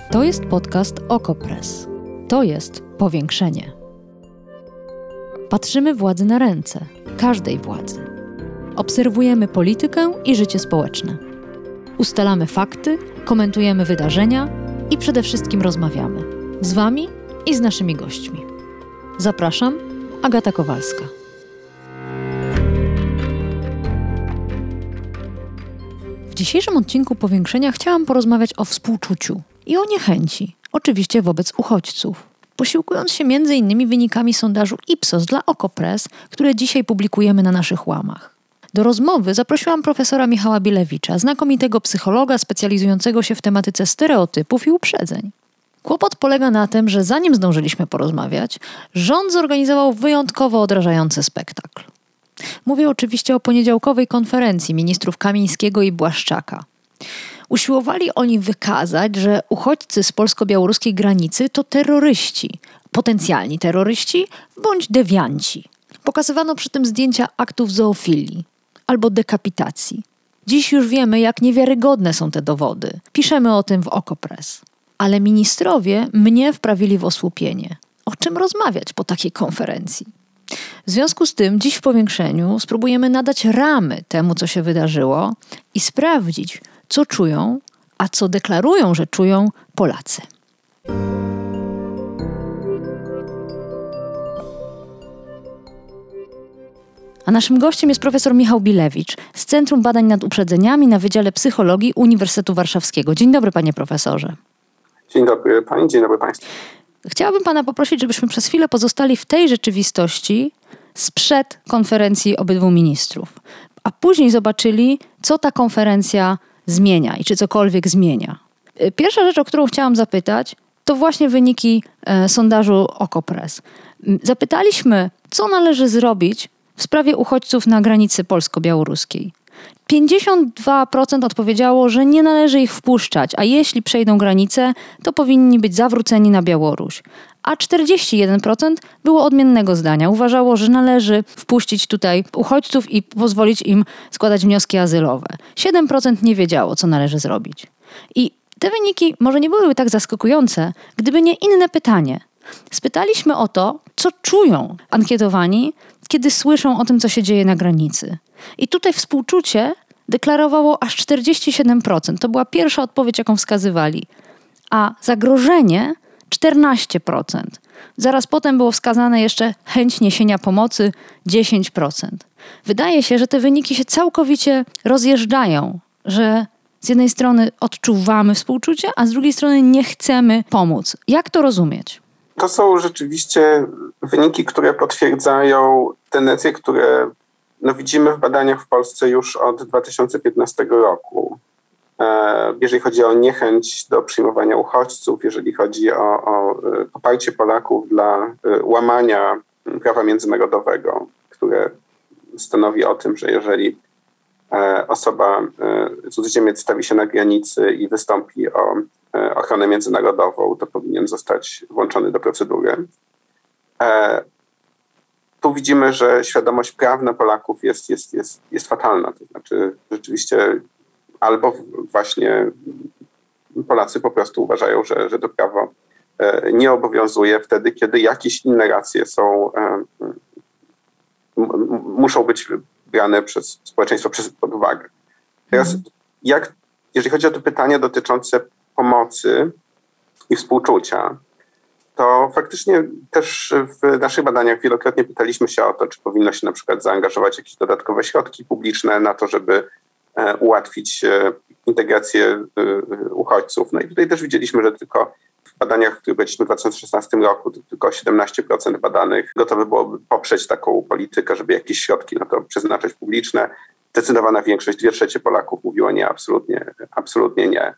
To jest podcast Okopres. To jest powiększenie. Patrzymy władzy na ręce, każdej władzy. Obserwujemy politykę i życie społeczne. Ustalamy fakty, komentujemy wydarzenia i przede wszystkim rozmawiamy. Z Wami i z naszymi gośćmi. Zapraszam, Agata Kowalska. W dzisiejszym odcinku Powiększenia chciałam porozmawiać o współczuciu i o niechęci, oczywiście wobec uchodźców. Posiłkując się m.in. wynikami sondażu Ipsos dla Okopres, które dzisiaj publikujemy na naszych łamach. Do rozmowy zaprosiłam profesora Michała Bilewicza, znakomitego psychologa specjalizującego się w tematyce stereotypów i uprzedzeń. Kłopot polega na tym, że zanim zdążyliśmy porozmawiać, rząd zorganizował wyjątkowo odrażający spektakl. Mówię oczywiście o poniedziałkowej konferencji ministrów Kamińskiego i Błaszczaka. Usiłowali oni wykazać, że uchodźcy z polsko-białoruskiej granicy to terroryści, potencjalni terroryści bądź dewianci. Pokazywano przy tym zdjęcia aktów zoofilii albo dekapitacji. Dziś już wiemy, jak niewiarygodne są te dowody. Piszemy o tym w Okopres. Ale ministrowie mnie wprawili w osłupienie. O czym rozmawiać po takiej konferencji? W związku z tym dziś w Powiększeniu spróbujemy nadać ramy temu, co się wydarzyło i sprawdzić, co czują, a co deklarują, że czują Polacy. A naszym gościem jest profesor Michał Bilewicz z Centrum Badań nad Uprzedzeniami na Wydziale Psychologii Uniwersytetu Warszawskiego. Dzień dobry, panie profesorze. Dzień dobry pani, dzień dobry państwu. Chciałabym pana poprosić, żebyśmy przez chwilę pozostali w tej rzeczywistości sprzed konferencji obydwu ministrów, a później zobaczyli, co ta konferencja zmienia i czy cokolwiek zmienia. Pierwsza rzecz, o którą chciałam zapytać, to właśnie wyniki sondażu Okopres. Zapytaliśmy, co należy zrobić w sprawie uchodźców na granicy polsko-białoruskiej. 52% odpowiedziało, że nie należy ich wpuszczać, a jeśli przejdą granicę, to powinni być zawróceni na Białoruś. A 41% było odmiennego zdania. Uważało, że należy wpuścić tutaj uchodźców i pozwolić im składać wnioski azylowe. 7% nie wiedziało, co należy zrobić. I te wyniki może nie byłyby tak zaskakujące, gdyby nie inne pytanie. Spytaliśmy o to, co czują ankietowani, kiedy słyszą o tym, co się dzieje na granicy. I tutaj współczucie deklarowało aż 47%. To była pierwsza odpowiedź, jaką wskazywali. A zagrożenie 14%. Zaraz potem było wskazane jeszcze chęć niesienia pomocy 10%. Wydaje się, że te wyniki się całkowicie rozjeżdżają, że z jednej strony odczuwamy współczucie, a z drugiej strony nie chcemy pomóc. Jak to rozumieć? To są rzeczywiście wyniki, które potwierdzają tendencje, które widzimy w badaniach w Polsce już od 2015 roku. Jeżeli chodzi o niechęć do przyjmowania uchodźców, jeżeli chodzi o poparcie Polaków dla łamania prawa międzynarodowego, które stanowi o tym, że jeżeli cudzoziemiec stawi się na granicy i wystąpi o ochronę międzynarodową, to powinien zostać włączony do procedury. Tu widzimy, że świadomość prawna Polaków jest fatalna. To znaczy rzeczywiście albo właśnie Polacy po prostu uważają, że to prawo nie obowiązuje wtedy, kiedy jakieś inne racje muszą być brane przez społeczeństwo pod uwagę. Teraz jeżeli chodzi o to pytanie dotyczące pomocy i współczucia, to faktycznie też w naszych badaniach wielokrotnie pytaliśmy się o to, czy powinno się na przykład zaangażować jakieś dodatkowe środki publiczne na to, żeby ułatwić integrację uchodźców. No i tutaj też widzieliśmy, że tylko w badaniach, które byliśmy w 2016 roku, to tylko 17% badanych gotowe byłoby poprzeć taką politykę, żeby jakieś środki na to przeznaczać publiczne. Zdecydowana większość, 2/3 Polaków mówiło nie, absolutnie nie.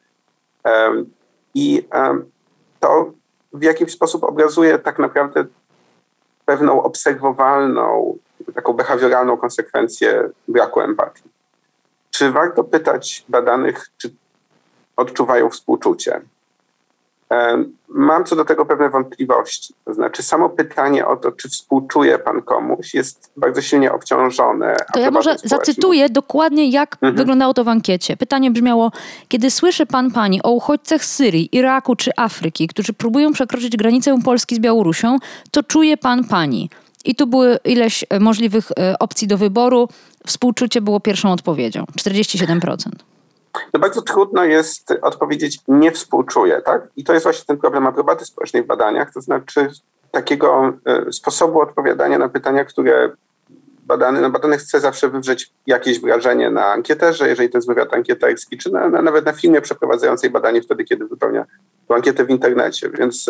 I to w jakiś sposób obrazuje tak naprawdę pewną obserwowalną, taką behawioralną konsekwencję braku empatii. Czy warto pytać badanych, czy odczuwają współczucie? Mam co do tego pewne wątpliwości. To znaczy samo pytanie o to, czy współczuje pan komuś, jest bardzo silnie obciążone. To ja może zacytuję dokładnie, jak wyglądało to w ankiecie. Pytanie brzmiało: kiedy słyszy pani o uchodźcach z Syrii, Iraku czy Afryki, którzy próbują przekroczyć granicę Polski z Białorusią, to czuje pani? I tu były ileś możliwych opcji do wyboru. Współczucie było pierwszą odpowiedzią. 47%. No bardzo trudno jest odpowiedzieć nie współczuję, tak? I to jest właśnie ten problem aprobaty społecznej w badaniach, to znaczy takiego sposobu odpowiadania na pytania, które badany chce zawsze wywrzeć jakieś wrażenie na ankieterze, jeżeli to jest wywiad ankieterski, czy nawet na firmie przeprowadzającej badanie wtedy, kiedy wypełnia tę ankietę w internecie. Więc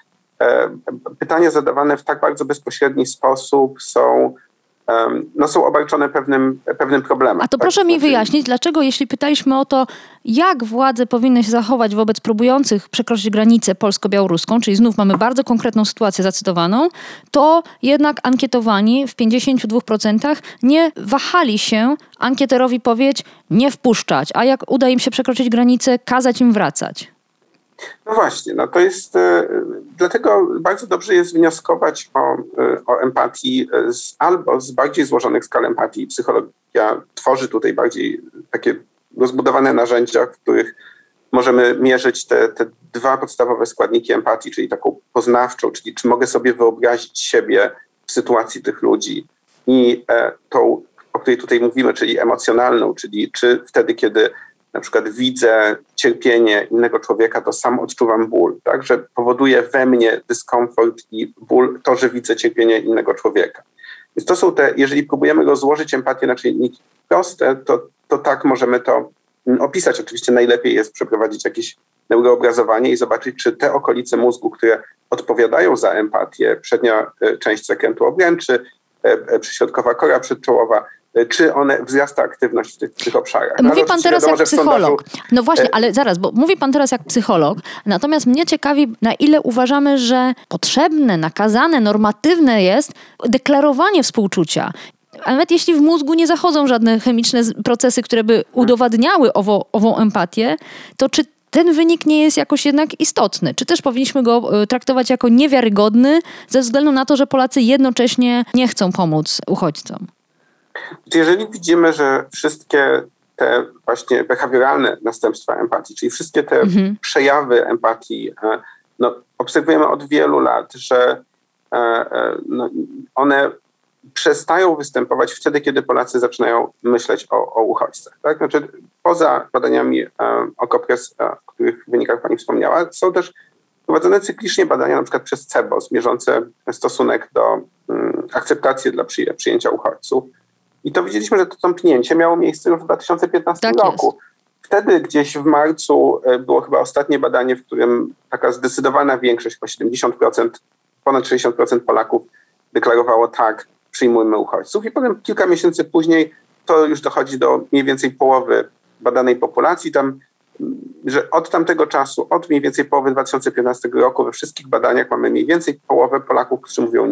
pytania zadawane w tak bardzo bezpośredni sposób są obarczone pewnym problemem. A to proszę mi wyjaśnić, dlaczego jeśli pytaliśmy o to, jak władze powinny się zachować wobec próbujących przekroczyć granicę polsko-białoruską, czyli znów mamy bardzo konkretną sytuację zacytowaną, to jednak ankietowani w 52% nie wahali się ankieterowi powiedzieć nie wpuszczać, a jak uda im się przekroczyć granicę, kazać im wracać. No właśnie, to jest, dlatego bardzo dobrze jest wnioskować o empatii albo z bardziej złożonych skal empatii. Psychologia tworzy tutaj bardziej takie rozbudowane narzędzia, w których możemy mierzyć te dwa podstawowe składniki empatii, czyli taką poznawczą, czyli czy mogę sobie wyobrazić siebie w sytuacji tych ludzi, i tą, o której tutaj mówimy, czyli emocjonalną, czyli czy wtedy, kiedy na przykład widzę cierpienie innego człowieka, to sam odczuwam ból, tak? Że powoduje we mnie dyskomfort i ból to, że widzę cierpienie innego człowieka. Więc to są jeżeli próbujemy rozłożyć empatię na czynniki proste, to tak możemy to opisać. Oczywiście najlepiej jest przeprowadzić jakieś neuroobrazowanie i zobaczyć, czy te okolice mózgu, które odpowiadają za empatię, przednia część zakrętu obręczy, przyśrodkowa kora przedczołowa, czy wzrasta aktywność w tych obszarach. Mówi pan teraz jak psycholog. No właśnie, ale zaraz, bo mówi pan teraz jak psycholog, natomiast mnie ciekawi, na ile uważamy, że potrzebne, nakazane, normatywne jest deklarowanie współczucia. A nawet jeśli w mózgu nie zachodzą żadne chemiczne procesy, które by udowadniały ową empatię, to czy ten wynik nie jest jakoś jednak istotny? Czy też powinniśmy go traktować jako niewiarygodny ze względu na to, że Polacy jednocześnie nie chcą pomóc uchodźcom? Jeżeli widzimy, że wszystkie te właśnie behawioralne następstwa empatii, czyli wszystkie te przejawy empatii, obserwujemy od wielu lat, że one przestają występować wtedy, kiedy Polacy zaczynają myśleć o uchodźcach. Tak? Znaczy, poza badaniami OKO.press, o których wynikach pani wspomniała, są też prowadzone cyklicznie badania, na przykład przez CEBOS, mierzące stosunek do akceptacji dla przyjęcia uchodźców. I to widzieliśmy, że to tąpnięcie miało miejsce już w 2015 roku. Wtedy gdzieś w marcu było chyba ostatnie badanie, w którym taka zdecydowana większość, chyba 70%, ponad 60% Polaków deklarowało tak, przyjmujmy uchodźców. I potem kilka miesięcy później to już dochodzi do mniej więcej połowy badanej populacji. Że od tamtego czasu, od mniej więcej połowy 2015 roku we wszystkich badaniach mamy mniej więcej połowę Polaków, którzy mówią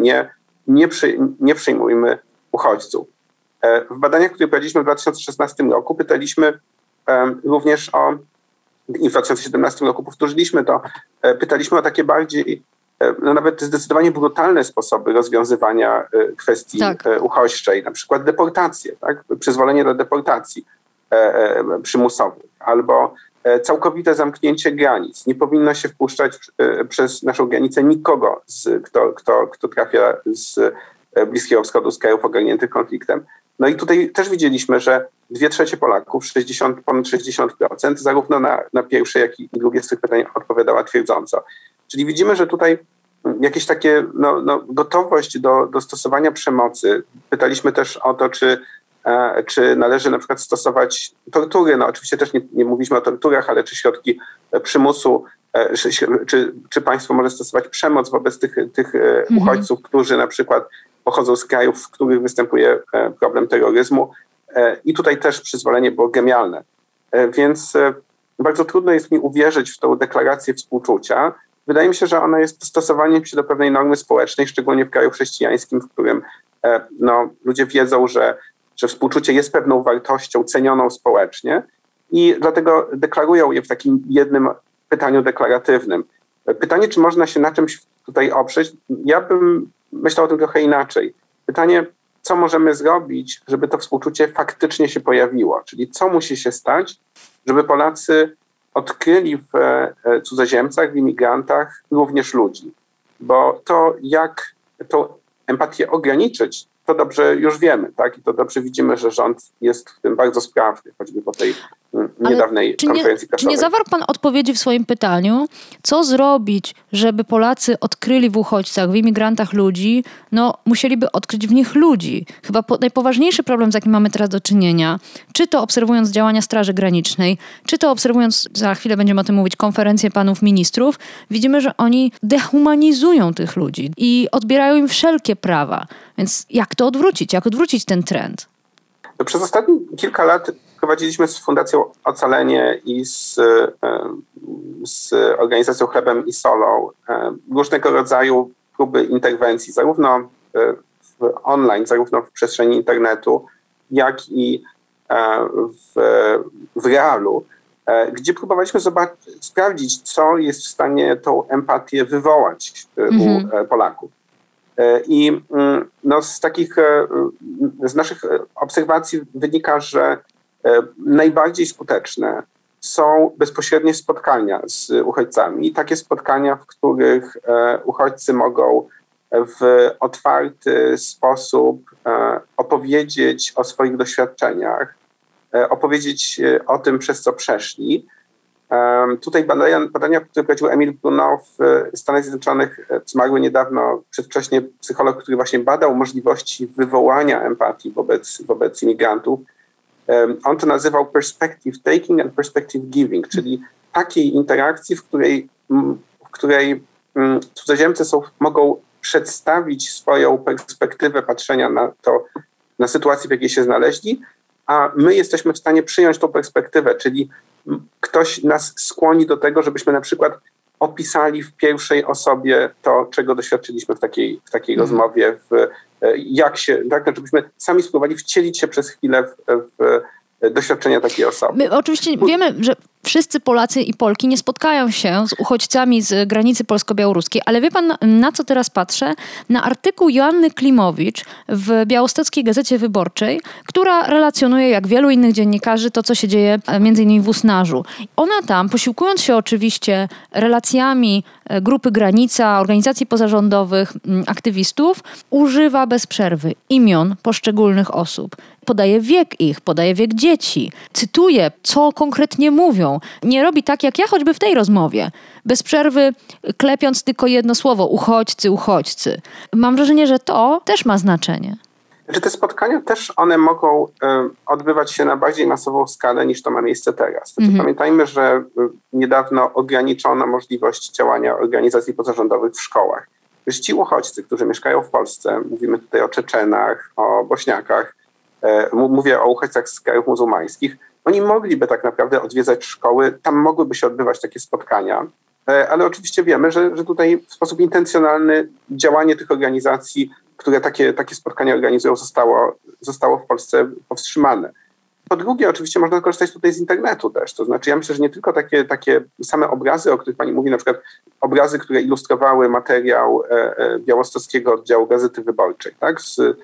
nie przyjmujmy uchodźców. W badaniach, które prowadziliśmy w 2016 roku, pytaliśmy również i w 2017 roku powtórzyliśmy to, pytaliśmy o takie bardziej, nawet zdecydowanie brutalne sposoby rozwiązywania kwestii uchodźczej, na przykład deportacje, tak? Przyzwolenie do deportacji przymusowych, albo całkowite zamknięcie granic. Nie powinno się wpuszczać przez naszą granicę nikogo, kto trafia z Bliskiego Wschodu, z krajów ogarniętych konfliktem. No i tutaj też widzieliśmy, że 2/3 Polaków, ponad 60%, zarówno na pierwsze, jak i drugie z tych pytań odpowiadała twierdząco. Czyli widzimy, że tutaj jakieś takie gotowość do stosowania przemocy. Pytaliśmy też o to, czy należy na przykład stosować tortury. No oczywiście też nie mówiliśmy o torturach, ale czy środki przymusu, czy państwo może stosować przemoc wobec tych uchodźców, którzy na przykład pochodzą z krajów, w których występuje problem terroryzmu. I tutaj też przyzwolenie było genialne. Więc bardzo trudno jest mi uwierzyć w tą deklarację współczucia. Wydaje mi się, że ona jest dostosowaniem się do pewnej normy społecznej, szczególnie w kraju chrześcijańskim, w którym ludzie wiedzą, że współczucie jest pewną wartością cenioną społecznie i dlatego deklarują je w takim jednym pytaniu deklaratywnym. Pytanie, czy można się na czymś tutaj oprzeć? Ja bym myślał o tym trochę inaczej. Pytanie, co możemy zrobić, żeby to współczucie faktycznie się pojawiło? Czyli co musi się stać, żeby Polacy odkryli w cudzoziemcach, w imigrantach również ludzi? Bo to, jak tą empatię ograniczyć, to dobrze już wiemy, tak? I to dobrze widzimy, że rząd jest w tym bardzo sprawny, choćby po tej niedawnej konferencji prasowej. Czy nie zawarł pan odpowiedzi w swoim pytaniu, co zrobić, żeby Polacy odkryli w uchodźcach, w imigrantach ludzi? No, musieliby odkryć w nich ludzi. Chyba najpoważniejszy problem, z jakim mamy teraz do czynienia, czy to obserwując działania Straży Granicznej, czy to obserwując, za chwilę będziemy o tym mówić, konferencję panów ministrów, widzimy, że oni dehumanizują tych ludzi i odbierają im wszelkie prawa. Więc jak to odwrócić? Jak odwrócić ten trend? No, przez ostatnie kilka lat prowadziliśmy z Fundacją Ocalenie i z organizacją Chlebem i Solą różnego rodzaju próby interwencji, zarówno online, zarówno w przestrzeni internetu, jak i w realu, gdzie próbowaliśmy sprawdzić, co jest w stanie tą empatię wywołać u Polaków. I no, z naszych obserwacji wynika, że najbardziej skuteczne są bezpośrednie spotkania z uchodźcami. Takie spotkania, w których uchodźcy mogą w otwarty sposób opowiedzieć o swoich doświadczeniach, opowiedzieć o tym, przez co przeszli. Tutaj badania, które prowadził Emil Bruno w Stanach Zjednoczonych, zmarły niedawno przedwcześnie psycholog, który właśnie badał możliwości wywołania empatii wobec imigrantów. On to nazywał perspective taking and perspective giving, czyli takiej interakcji, w której cudzoziemcy mogą przedstawić swoją perspektywę patrzenia na sytuację, w jakiej się znaleźli, a my jesteśmy w stanie przyjąć tą perspektywę, czyli ktoś nas skłoni do tego, żebyśmy na przykład opisali w pierwszej osobie to, czego doświadczyliśmy w takiej rozmowie, żebyśmy sami spróbowali wcielić się przez chwilę w doświadczenia takiej osoby. My oczywiście wiemy, że wszyscy Polacy i Polki nie spotkają się z uchodźcami z granicy polsko-białoruskiej, ale wie pan, na co teraz patrzę? Na artykuł Joanny Klimowicz w Białostockiej Gazecie Wyborczej, która relacjonuje, jak wielu innych dziennikarzy, to, co się dzieje między innymi w Usnarzu. Ona tam, posiłkując się oczywiście relacjami grupy Granica, organizacji pozarządowych, aktywistów, używa bez przerwy imion poszczególnych osób. Podaje wiek ich, podaje wiek dzieci, cytuje, co konkretnie mówią. Nie robi tak, jak ja choćby w tej rozmowie. Bez przerwy klepiąc tylko jedno słowo, uchodźcy. Mam wrażenie, że to też ma znaczenie. Że te spotkania też one mogą odbywać się na bardziej masową skalę niż to ma miejsce teraz. Pamiętajmy, że niedawno ograniczono możliwość działania organizacji pozarządowych w szkołach. Że ci uchodźcy, którzy mieszkają w Polsce, mówimy tutaj o Czeczenach, o Bośniakach, mówię o uchodźcach z krajów muzułmańskich, oni mogliby tak naprawdę odwiedzać szkoły, tam mogłyby się odbywać takie spotkania, ale oczywiście wiemy, że tutaj w sposób intencjonalny działanie tych organizacji, które takie spotkania organizują, zostało w Polsce powstrzymane. Po drugie, oczywiście można korzystać tutaj z internetu też, to znaczy ja myślę, że nie tylko takie same obrazy, o których pani mówi, na przykład obrazy, które ilustrowały materiał białostockiego oddziału Gazety Wyborczej, tak?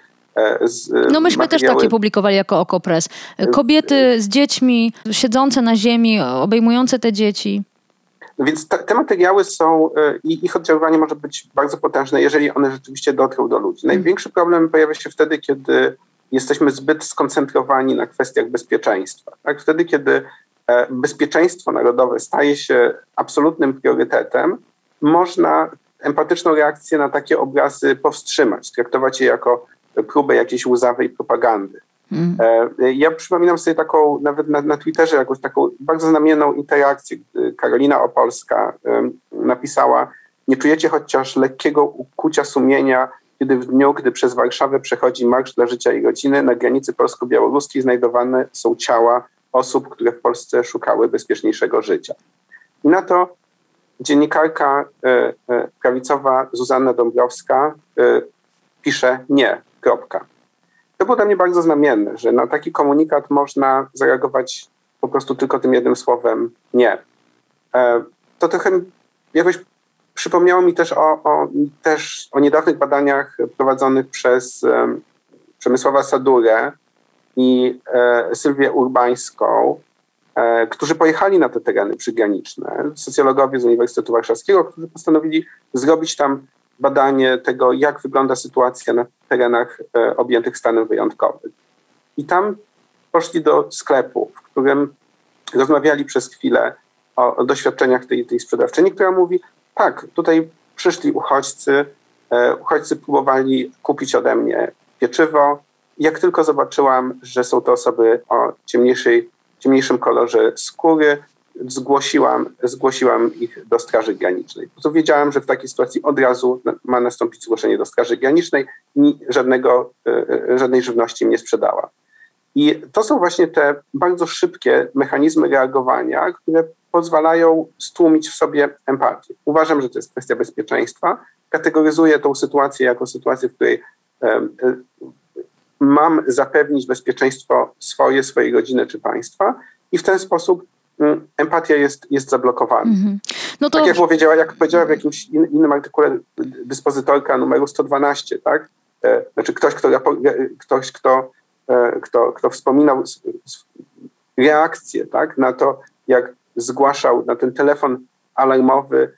No myśmy też takie publikowali jako Okopres. Kobiety z dziećmi, siedzące na ziemi, obejmujące te dzieci. Więc te materiały są i ich oddziaływanie może być bardzo potężne, jeżeli one rzeczywiście dotrą do ludzi. Największy problem pojawia się wtedy, kiedy jesteśmy zbyt skoncentrowani na kwestiach bezpieczeństwa. Tak? Wtedy, kiedy bezpieczeństwo narodowe staje się absolutnym priorytetem, można empatyczną reakcję na takie obrazy powstrzymać, traktować je jako próbę jakiejś łzawej propagandy. Ja przypominam sobie taką, nawet na Twitterze, jakąś taką bardzo znamienną interakcję. Karolina Opolska napisała: nie czujecie chociaż lekkiego ukucia sumienia, kiedy w dniu, gdy przez Warszawę przechodzi Marsz dla Życia i Rodziny, na granicy polsko-białoruskiej znajdowane są ciała osób, które w Polsce szukały bezpieczniejszego życia. I na to dziennikarka prawicowa Zuzanna Dąbrowska pisze: nie, kropka. To było dla mnie bardzo znamienne, że na taki komunikat można zareagować po prostu tylko tym jednym słowem: nie. To trochę jakoś przypomniało mi też o niedawnych badaniach prowadzonych przez Przemysława Sadurę i Sylwię Urbańską, którzy pojechali na te tereny przygraniczne, socjologowie z Uniwersytetu Warszawskiego, którzy postanowili zrobić tam badanie tego, jak wygląda sytuacja na terenach objętych stanem wyjątkowym. I tam poszli do sklepu, w którym rozmawiali przez chwilę o doświadczeniach tej sprzedawczyni, która mówi, tak, tutaj przyszli uchodźcy próbowali kupić ode mnie pieczywo. Jak tylko zobaczyłam, że są to osoby o ciemniejszym kolorze skóry, zgłosiłam ich do Straży Granicznej. Po prostu wiedziałam, że w takiej sytuacji od razu ma nastąpić zgłoszenie do Straży Granicznej i żadnej żywności im nie sprzedała. I to są właśnie te bardzo szybkie mechanizmy reagowania, które pozwalają stłumić w sobie empatię. Uważam, że to jest kwestia bezpieczeństwa. Kategoryzuję tą sytuację jako sytuację, w której mam zapewnić bezpieczeństwo swojej rodziny czy państwa i w ten sposób empatia jest zablokowana. No to... Tak jak powiedziała w jakimś innym artykule dyspozytorka numeru 112, tak? Znaczy ktoś, kto wspominał reakcję, tak? Na to, jak zgłaszał na ten telefon alarmowy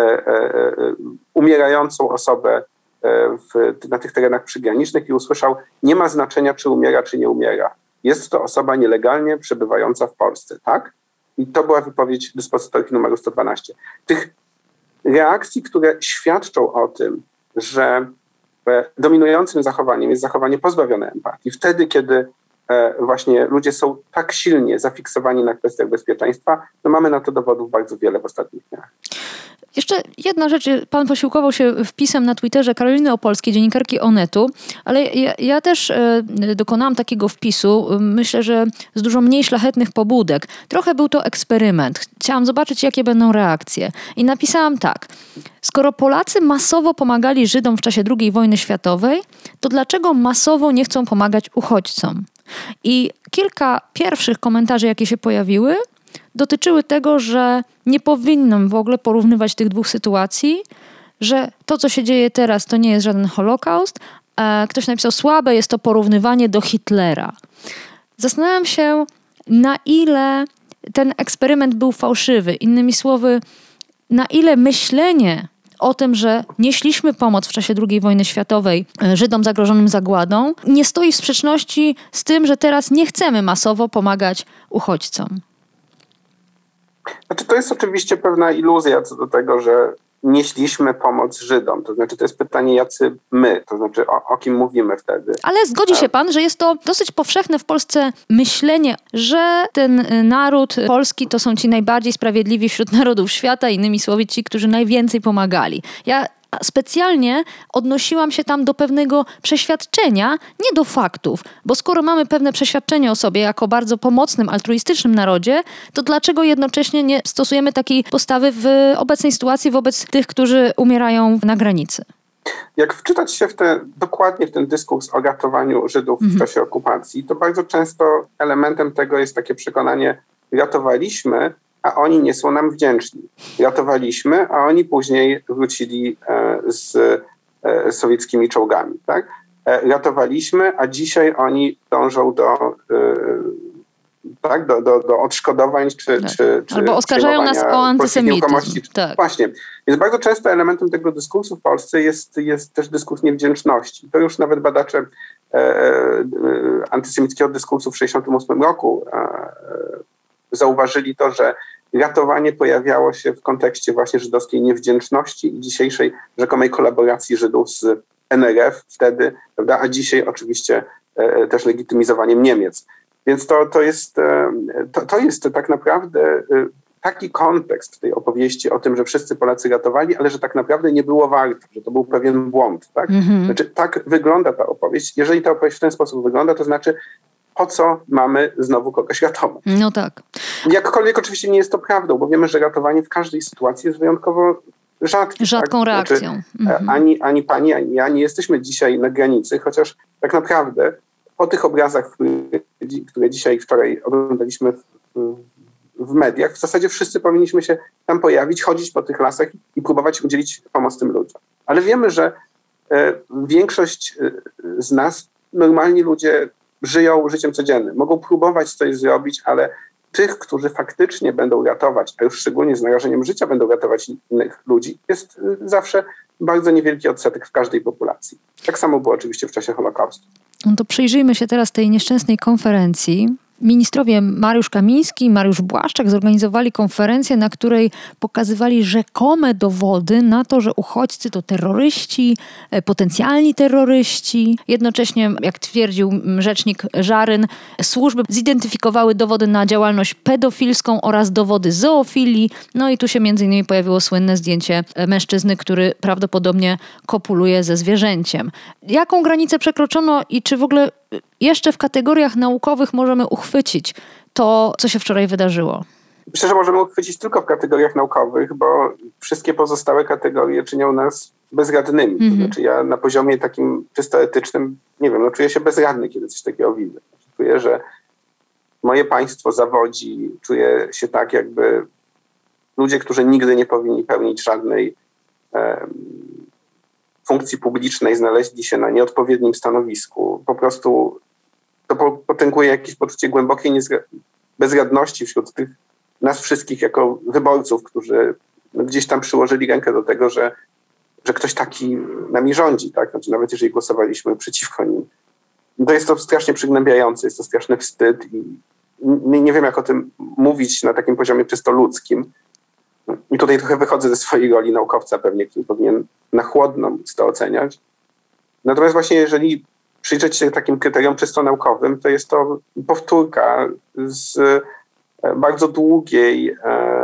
umierającą osobę na tych terenach przygranicznych i usłyszał, nie ma znaczenia, czy umiera, czy nie umiera. Jest to osoba nielegalnie przebywająca w Polsce, tak? I to była wypowiedź dyspozytorki numeru 112. Tych reakcji, które świadczą o tym, że dominującym zachowaniem jest zachowanie pozbawione empatii. Wtedy, kiedy właśnie ludzie są tak silnie zafiksowani na kwestiach bezpieczeństwa, to mamy na to dowodów bardzo wiele w ostatnich dniach. Jeszcze jedna rzecz, pan posiłkował się wpisem na Twitterze Karoliny Opolskiej, dziennikarki Onetu, ale ja też dokonałam takiego wpisu, myślę, że z dużo mniej szlachetnych pobudek. Trochę był to eksperyment. Chciałam zobaczyć, jakie będą reakcje. I napisałam tak. Skoro Polacy masowo pomagali Żydom w czasie II wojny światowej, to dlaczego masowo nie chcą pomagać uchodźcom? I kilka pierwszych komentarzy, jakie się pojawiły, dotyczyły tego, że nie powinnam w ogóle porównywać tych dwóch sytuacji, że to, co się dzieje teraz, to nie jest żaden Holokaust. Ktoś napisał, słabe jest to porównywanie do Hitlera. Zastanawiam się, na ile ten eksperyment był fałszywy. Innymi słowy, na ile myślenie o tym, że nieśliśmy pomoc w czasie II wojny światowej Żydom zagrożonym zagładą, nie stoi w sprzeczności z tym, że teraz nie chcemy masowo pomagać uchodźcom. Znaczy, to jest oczywiście pewna iluzja co do tego, że nieśliśmy pomoc Żydom. To znaczy, to jest pytanie, jacy my, to znaczy o kim mówimy wtedy. Ale zgodzi się pan, że jest to dosyć powszechne w Polsce myślenie, że ten naród polski to są ci najbardziej sprawiedliwi wśród narodów świata, innymi słowy ci, którzy najwięcej pomagali. Ja specjalnie odnosiłam się tam do pewnego przeświadczenia, nie do faktów, bo skoro mamy pewne przeświadczenie o sobie jako bardzo pomocnym, altruistycznym narodzie, to dlaczego jednocześnie nie stosujemy takiej postawy w obecnej sytuacji wobec tych, którzy umierają na granicy? Jak wczytać się dokładnie w ten dyskurs o ratowaniu Żydów w czasie okupacji, to bardzo często elementem tego jest takie przekonanie, ratowaliśmy, a oni nie są nam wdzięczni. Ratowaliśmy, a oni później wrócili z sowieckimi czołgami. Tak? Ratowaliśmy, a dzisiaj oni dążą do odszkodowań czy albo oskarżają nas o antysemityzm. Tak. Właśnie. Więc bardzo często elementem tego dyskursu w Polsce jest też dyskurs niewdzięczności. To już nawet badacze antysemickiego dyskursu w 1968 roku zauważyli to, że ratowanie pojawiało się w kontekście właśnie żydowskiej niewdzięczności i dzisiejszej rzekomej kolaboracji Żydów z NRF wtedy, prawda? A dzisiaj oczywiście też legitymizowaniem Niemiec. Więc to jest tak naprawdę taki kontekst tej opowieści o tym, że wszyscy Polacy ratowali, ale że tak naprawdę nie było warto, że to był pewien błąd. Tak? Znaczy, tak wygląda ta opowieść. Jeżeli ta opowieść w ten sposób wygląda, to znaczy po co mamy znowu kogoś ratować? No tak. Jakkolwiek oczywiście nie jest to prawdą, bo wiemy, że ratowanie w każdej sytuacji jest wyjątkowo rzadkie. Rzadką reakcją. Znaczy, ani pani, ani ja nie jesteśmy dzisiaj na granicy, chociaż tak naprawdę po tych obrazach, które dzisiaj, wczoraj oglądaliśmy w w mediach, w zasadzie wszyscy powinniśmy się tam pojawić, chodzić po tych lasach i próbować udzielić pomoc tym ludziom. Ale wiemy, że większość z nas, normalni ludzie, żyją życiem codziennym. Mogą próbować coś zrobić, ale tych, którzy faktycznie będą ratować, a już szczególnie z narażeniem życia będą ratować innych ludzi, jest zawsze bardzo niewielki odsetek w każdej populacji. Tak samo było oczywiście w czasie Holokaustu. No to przyjrzyjmy się teraz tej nieszczęsnej konferencji. Ministrowie Mariusz Kamiński i Mariusz Błaszczak zorganizowali konferencję, na której pokazywali rzekome dowody na to, że uchodźcy to terroryści, potencjalni terroryści. Jednocześnie, jak twierdził rzecznik Żaryn, służby zidentyfikowały dowody na działalność pedofilską oraz dowody zoofilii. No i tu się między innymi pojawiło słynne zdjęcie mężczyzny, który prawdopodobnie kopuluje ze zwierzęciem. Jaką granicę przekroczono i czy w ogóle jeszcze w kategoriach naukowych możemy uchwycić to, co się wczoraj wydarzyło? Myślę, że możemy uchwycić tylko w kategoriach naukowych, bo wszystkie pozostałe kategorie czynią nas bezradnymi. To znaczy ja na poziomie takim czysto etycznym, nie wiem, czuję się bezradny, kiedy coś takiego widzę. Czuję, że moje państwo zawodzi, czuję się tak, jakby ludzie, którzy nigdy nie powinni pełnić żadnej funkcji publicznej, znaleźli się na nieodpowiednim stanowisku. Po prostu to potęguje jakieś poczucie głębokiej bezradności wśród tych nas wszystkich jako wyborców, którzy gdzieś tam przyłożyli rękę do tego, że ktoś taki nami rządzi, tak? Znaczy, nawet jeżeli głosowaliśmy przeciwko nim. To jest to strasznie przygnębiające, jest to straszny wstyd i nie wiem, jak o tym mówić na takim poziomie czysto ludzkim. I tutaj trochę wychodzę ze swojej roli naukowca pewnie, który powinien na chłodno móc to oceniać. Natomiast właśnie jeżeli przyjrzeć się takim kryteriom czysto naukowym, to jest to powtórka z bardzo długiej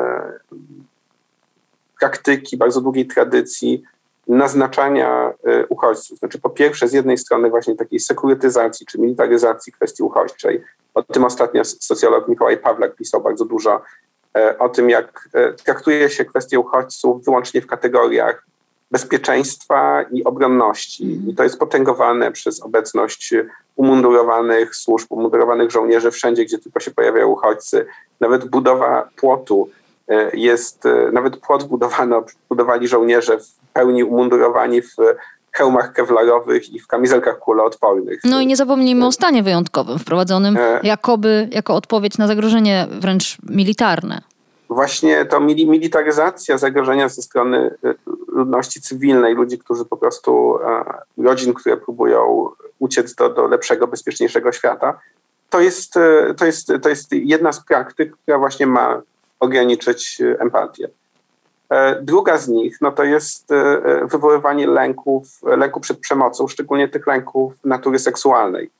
praktyki, bardzo długiej tradycji naznaczania uchodźców. Znaczy po pierwsze z jednej strony właśnie takiej sekurytyzacji czy militaryzacji kwestii uchodźczej. O tym ostatnio socjolog Mikołaj Pawlak pisał bardzo dużo, o tym, jak traktuje się kwestię uchodźców wyłącznie w kategoriach bezpieczeństwa i obronności. I to jest potęgowane przez obecność umundurowanych służb, umundurowanych żołnierzy wszędzie, gdzie tylko się pojawiają uchodźcy. Nawet budowa płotu nawet płot budowali żołnierze w pełni umundurowani w hełmach kewlarowych i w kamizelkach kuloodpornych. No i nie zapomnijmy o stanie wyjątkowym wprowadzonym jakoby jako odpowiedź na zagrożenie wręcz militarne. Właśnie to militaryzacja zagrożenia ze strony ludności cywilnej, ludzi, którzy po prostu, rodzin, które próbują uciec do lepszego, bezpieczniejszego świata, to jest jedna z praktyk, która właśnie ma ograniczyć empatię. Druga z nich to jest wywoływanie lęku przed przemocą, szczególnie tych lęków natury seksualnej.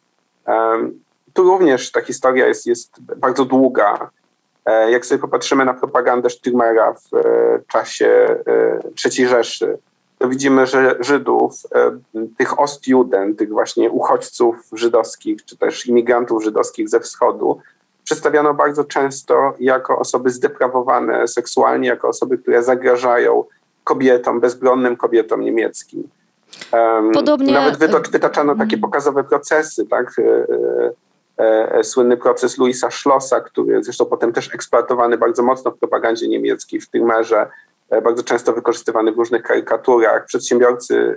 Tu również ta historia jest bardzo długa. Jak sobie popatrzymy na propagandę Stürmera w czasie III Rzeszy, to widzimy, że Żydów, tych Ostjuden, tych właśnie uchodźców żydowskich, czy też imigrantów żydowskich ze wschodu, przedstawiano bardzo często jako osoby zdeprawowane seksualnie, jako osoby, które zagrażają kobietom, bezbronnym kobietom niemieckim. Podobnie... Nawet wytaczano takie pokazowe procesy, tak? Słynny proces Louisa Schlossa, który zresztą potem też eksploatowany bardzo mocno w propagandzie niemieckiej, w Tyrmerze, bardzo często wykorzystywany w różnych karykaturach. Przedsiębiorcy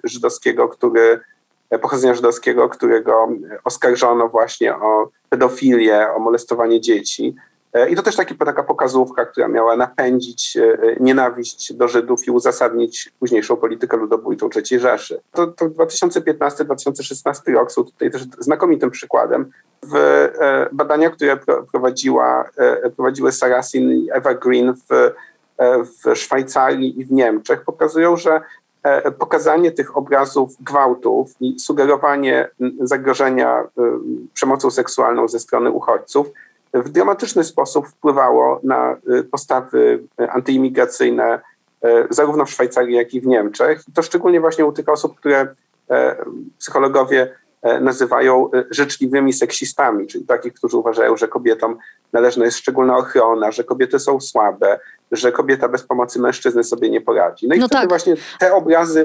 pochodzenia żydowskiego, którego oskarżono właśnie o pedofilię, o molestowanie dzieci. I to też taka pokazówka, która miała napędzić nienawiść do Żydów i uzasadnić późniejszą politykę ludobójczą III Rzeszy. To 2015-2016 rok są tutaj też znakomitym przykładem. W badaniach, które prowadziły Sarasin i Eva Green w Szwajcarii i w Niemczech, pokazują, że pokazanie tych obrazów gwałtów i sugerowanie zagrożenia przemocą seksualną ze strony uchodźców w dramatyczny sposób wpływało na postawy antyimigracyjne zarówno w Szwajcarii, jak i w Niemczech. I to szczególnie właśnie u tych osób, które psychologowie nazywają życzliwymi seksistami, czyli takich, którzy uważają, że kobietom należna jest szczególna ochrona, że kobiety są słabe, że kobieta bez pomocy mężczyzny sobie nie poradzi. No i wtedy właśnie te obrazy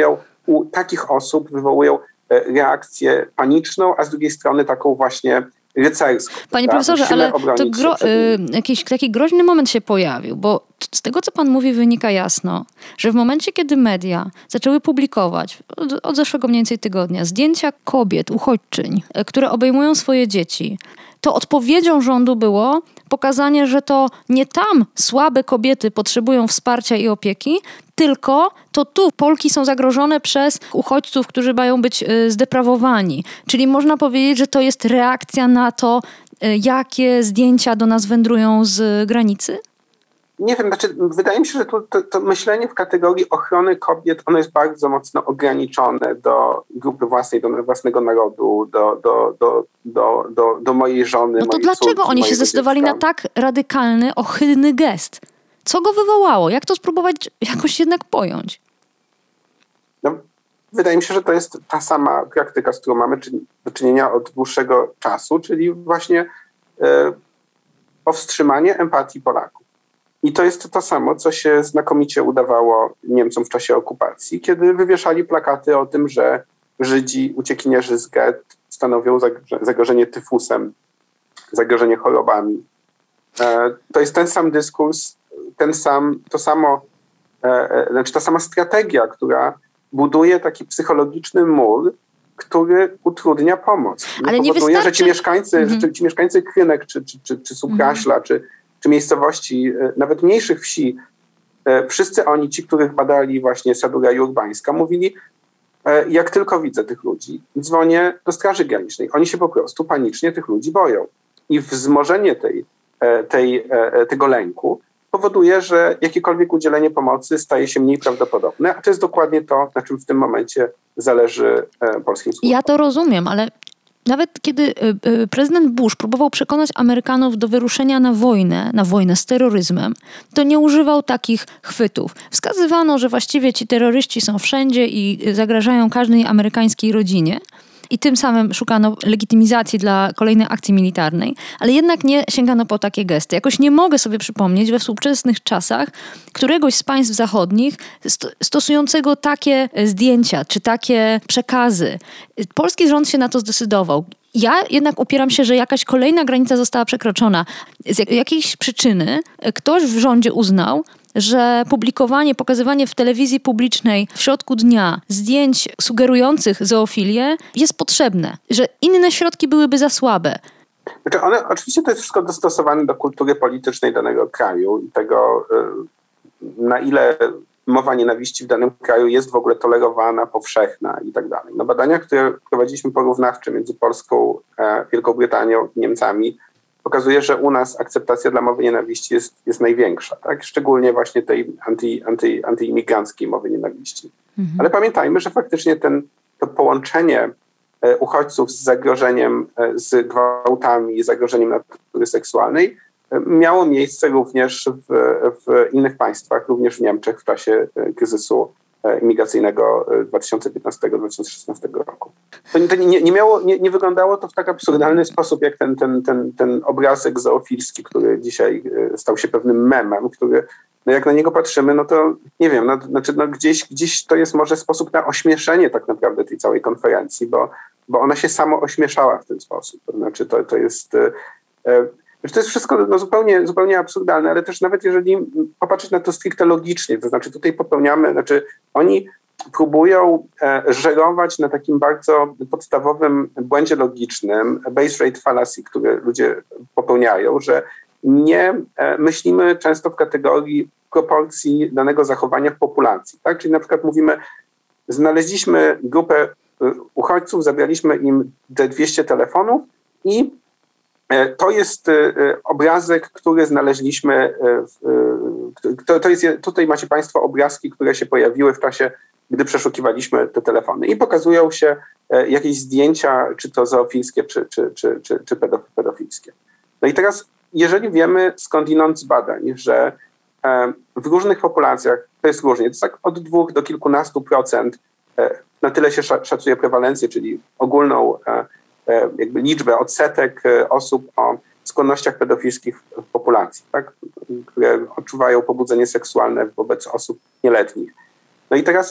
u takich osób wywołują reakcję paniczną, a z drugiej strony taką właśnie rycersko. Panie profesorze, ale to jakiś taki groźny moment się pojawił, bo z tego, co pan mówi, wynika jasno, że w momencie, kiedy media zaczęły publikować od zeszłego mniej więcej tygodnia zdjęcia kobiet, uchodźczyń, które obejmują swoje dzieci, to odpowiedzią rządu było pokazanie, że to nie tam słabe kobiety potrzebują wsparcia i opieki, tylko to tu Polki są zagrożone przez uchodźców, którzy mają być zdeprawowani. Czyli można powiedzieć, że to jest reakcja na to, jakie zdjęcia do nas wędrują z granicy? Nie wiem, wydaje mi się, że to myślenie w kategorii ochrony kobiet, ono jest bardzo mocno ograniczone do grupy własnej, do własnego narodu, do mojej żony, no to mojej dlaczego córki, oni się zdecydowali dziecka. na tak radykalny, ohydny gest? Co go wywołało? Jak to spróbować jakoś jednak pojąć? No, wydaje mi się, że to jest ta sama praktyka, z którą mamy do czynienia od dłuższego czasu, czyli właśnie powstrzymanie empatii Polaków. I to jest to samo, co się znakomicie udawało Niemcom w czasie okupacji, kiedy wywieszali plakaty o tym, że Żydzi, uciekinierzy z gett stanowią zagrożenie tyfusem, zagrożenie chorobami. To jest ten sam dyskurs, ta sama strategia, która buduje taki psychologiczny mur, który utrudnia pomoc. Ale nie powoduje, wystarczy... że ci mieszkańcy Krynek, czy Supraśla, czy miejscowości, nawet mniejszych wsi, wszyscy oni, ci, których badali właśnie Sadura i Urbańska, mówili, jak tylko widzę tych ludzi, dzwonię do Straży Granicznej. Oni się po prostu panicznie tych ludzi boją. I wzmożenie tego lęku powoduje, że jakiekolwiek udzielenie pomocy staje się mniej prawdopodobne, a to jest dokładnie to, na czym w tym momencie zależy polskim służbom. Ja to rozumiem, ale nawet kiedy prezydent Bush próbował przekonać Amerykanów do wyruszenia na wojnę z terroryzmem, to nie używał takich chwytów. Wskazywano, że właściwie ci terroryści są wszędzie i zagrażają każdej amerykańskiej rodzinie. I tym samym szukano legitymizacji dla kolejnej akcji militarnej, ale jednak nie sięgano po takie gesty. Jakoś nie mogę sobie przypomnieć we współczesnych czasach któregoś z państw zachodnich stosującego takie zdjęcia czy takie przekazy. Polski rząd się na to zdecydował. Ja jednak upieram się, że jakaś kolejna granica została przekroczona. Z jakiejś przyczyny ktoś w rządzie uznał, że pokazywanie w telewizji publicznej w środku dnia zdjęć sugerujących zoofilię jest potrzebne, że inne środki byłyby za słabe. Oczywiście to jest wszystko dostosowane do kultury politycznej danego kraju i tego, na ile mowa nienawiści w danym kraju jest w ogóle tolerowana, powszechna i tak dalej. No badania, które prowadziliśmy porównawcze między Polską, Wielką Brytanią i Niemcami, pokazuje, że u nas akceptacja dla mowy nienawiści jest największa, tak? Szczególnie właśnie tej antyimigranckiej mowy nienawiści. Mhm. Ale pamiętajmy, że faktycznie to połączenie uchodźców z zagrożeniem, z gwałtami, zagrożeniem natury seksualnej miało miejsce również w innych państwach, również w Niemczech w czasie kryzysu imigracyjnego 2015-2016 roku. To nie wyglądało to w tak absurdalny sposób, jak ten obrazek zoofilski, który dzisiaj stał się pewnym memem, który, jak na niego patrzymy, no to nie wiem, gdzieś to jest może sposób na ośmieszenie tak naprawdę tej całej konferencji, bo ona się samo ośmieszała w ten sposób. To znaczy to jest... To jest wszystko zupełnie absurdalne, ale też nawet jeżeli popatrzeć na to stricte logicznie, to znaczy tutaj oni próbują żerować na takim bardzo podstawowym błędzie logicznym, base rate fallacy, który ludzie popełniają, że nie myślimy często w kategorii proporcji danego zachowania w populacji. Tak? Czyli na przykład mówimy, znaleźliśmy grupę uchodźców, zabraliśmy im 200 telefonów i to jest obrazek, który znaleźliśmy. Tutaj macie Państwo obrazki, które się pojawiły w czasie, gdy przeszukiwaliśmy te telefony. I pokazują się jakieś zdjęcia, czy to zoofilskie, czy pedofilskie. No i teraz, jeżeli wiemy skądinąd z badań, że w różnych populacjach to jest różnie, to jest tak od 2 do kilkunastu procent, na tyle się szacuje prewalencję, czyli ogólną jakby liczbę, odsetek osób o skłonnościach pedofilskich w populacji, tak? Które odczuwają pobudzenie seksualne wobec osób nieletnich. No i teraz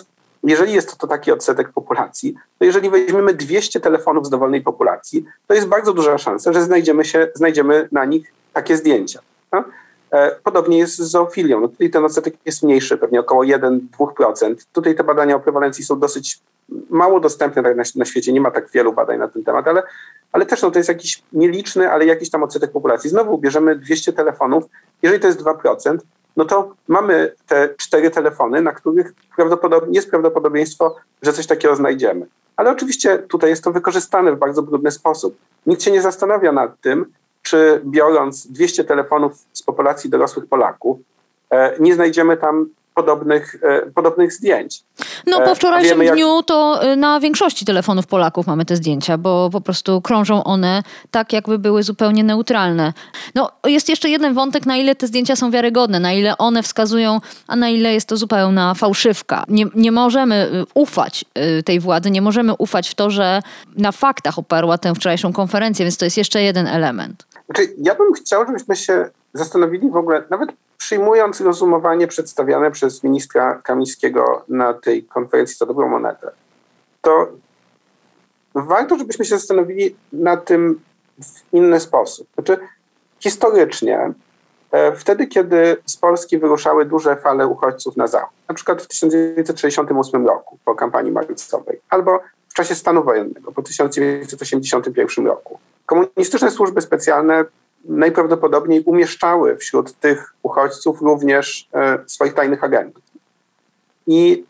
jeżeli jest to taki odsetek populacji, to jeżeli weźmiemy 200 telefonów z dowolnej populacji, to jest bardzo duża szansa, że znajdziemy na nich takie zdjęcia. No? Podobnie jest z zoofilią. No tutaj ten odsetek jest mniejszy, pewnie około 1-2%. Tutaj te badania o prewalencji są dosyć mało dostępne na świecie, nie ma tak wielu badań na ten temat, ale też to jest jakiś nieliczny, ale jakiś tam odsetek populacji. Znowu bierzemy 200 telefonów, jeżeli to jest 2%, no to mamy te 4 telefony, na których jest prawdopodobieństwo, że coś takiego znajdziemy. Ale oczywiście tutaj jest to wykorzystane w bardzo brudny sposób. Nikt się nie zastanawia nad tym, czy biorąc 200 telefonów z populacji dorosłych Polaków, nie znajdziemy tam podobnych zdjęć. No po wczorajszym dniu to na większości telefonów Polaków mamy te zdjęcia, bo po prostu krążą one tak, jakby były zupełnie neutralne. No jest jeszcze jeden wątek, na ile te zdjęcia są wiarygodne, na ile one wskazują, a na ile jest to zupełna fałszywka. Nie możemy ufać tej władzy, nie możemy ufać w to, że na faktach oparła tę wczorajszą konferencję, więc to jest jeszcze jeden element. Znaczy, ja bym chciał, żebyśmy się zastanowili w ogóle, nawet przyjmując rozumowanie przedstawiane przez ministra Kamińskiego na tej konferencji za dobrą monetę, to warto, żebyśmy się zastanowili na tym w inny sposób. Znaczy, historycznie, wtedy, kiedy z Polski wyruszały duże fale uchodźców na zachód, na przykład w 1968 roku po kampanii marcowej, albo w czasie stanu wojennego po 1981 roku, komunistyczne służby specjalne najprawdopodobniej umieszczały wśród tych uchodźców również swoich tajnych agentów. I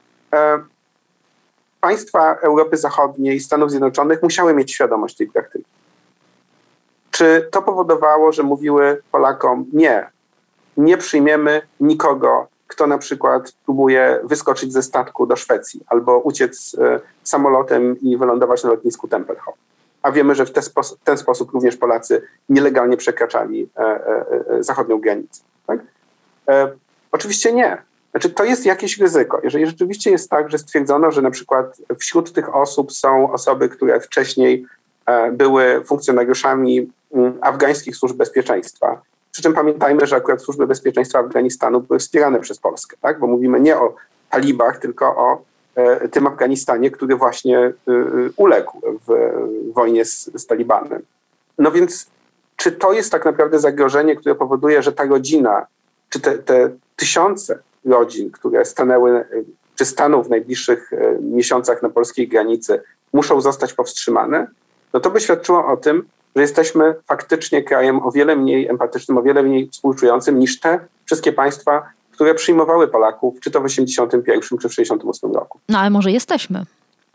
państwa Europy Zachodniej, Stanów Zjednoczonych musiały mieć świadomość tej praktyki. Czy to powodowało, że mówiły Polakom, nie przyjmiemy nikogo, kto na przykład próbuje wyskoczyć ze statku do Szwecji albo uciec samolotem i wylądować na lotnisku Tempelhof? A wiemy, że w ten sposób również Polacy nielegalnie przekraczali zachodnią granicę. Tak? Oczywiście nie. Znaczy, to jest jakieś ryzyko. Jeżeli rzeczywiście jest tak, że stwierdzono, że na przykład wśród tych osób są osoby, które wcześniej były funkcjonariuszami afgańskich służb bezpieczeństwa, przy czym pamiętajmy, że akurat służby bezpieczeństwa Afganistanu były wspierane przez Polskę, tak? Bo mówimy nie o talibach, tylko o tym Afganistanie, który właśnie uległ w wojnie z Talibanem. No więc czy to jest tak naprawdę zagrożenie, które powoduje, że ta rodzina, czy te tysiące rodzin, które stanęły, czy staną w najbliższych miesiącach na polskiej granicy, muszą zostać powstrzymane? No to by świadczyło o tym, że jesteśmy faktycznie krajem o wiele mniej empatycznym, o wiele mniej współczującym niż te wszystkie państwa, które przyjmowały Polaków, czy to w 1981, czy w 1968 roku. No ale może jesteśmy.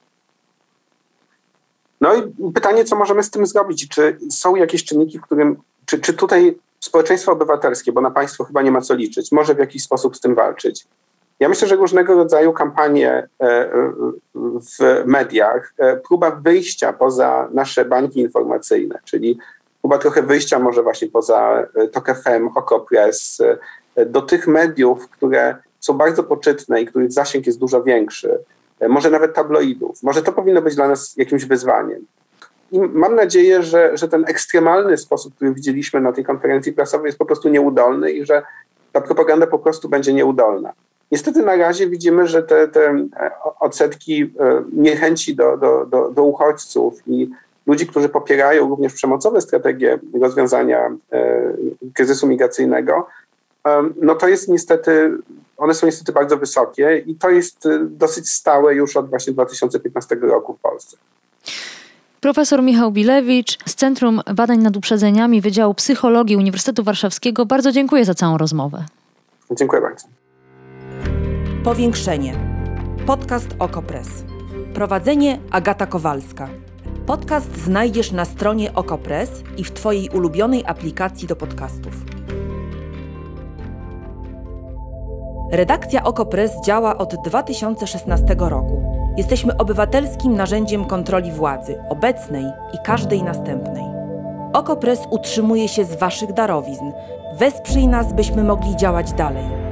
No i pytanie, co możemy z tym zrobić? Czy są jakieś czynniki, w którym, czy tutaj społeczeństwo obywatelskie, bo na państwo chyba nie ma co liczyć, może w jakiś sposób z tym walczyć? Ja myślę, że różnego rodzaju kampanie w mediach, próba wyjścia poza nasze bańki informacyjne, czyli próba trochę wyjścia może właśnie poza TOK FM, Okopres, do tych mediów, które są bardzo poczytne i których zasięg jest dużo większy, może nawet tabloidów. Może to powinno być dla nas jakimś wyzwaniem. I mam nadzieję, że ten ekstremalny sposób, który widzieliśmy na tej konferencji prasowej, jest po prostu nieudolny i że ta propaganda po prostu będzie nieudolna. Niestety na razie widzimy, że te odsetki niechęci do uchodźców i ludzi, którzy popierają również przemocowe strategie rozwiązania kryzysu migracyjnego, no to jest one są niestety bardzo wysokie i to jest dosyć stałe już od właśnie 2015 roku w Polsce. Profesor Michał Bilewicz z Centrum Badań nad Uprzedzeniami Wydziału Psychologii Uniwersytetu Warszawskiego. Bardzo dziękuję za całą rozmowę. Dziękuję bardzo. Powiększenie. Podcast Okopres. Prowadzenie Agata Kowalska. Podcast znajdziesz na stronie Okopres i w Twojej ulubionej aplikacji do podcastów. Redakcja Okopres działa od 2016 roku. Jesteśmy obywatelskim narzędziem kontroli władzy, obecnej i każdej następnej. Okopres utrzymuje się z Waszych darowizn. Wesprzyj nas, byśmy mogli działać dalej.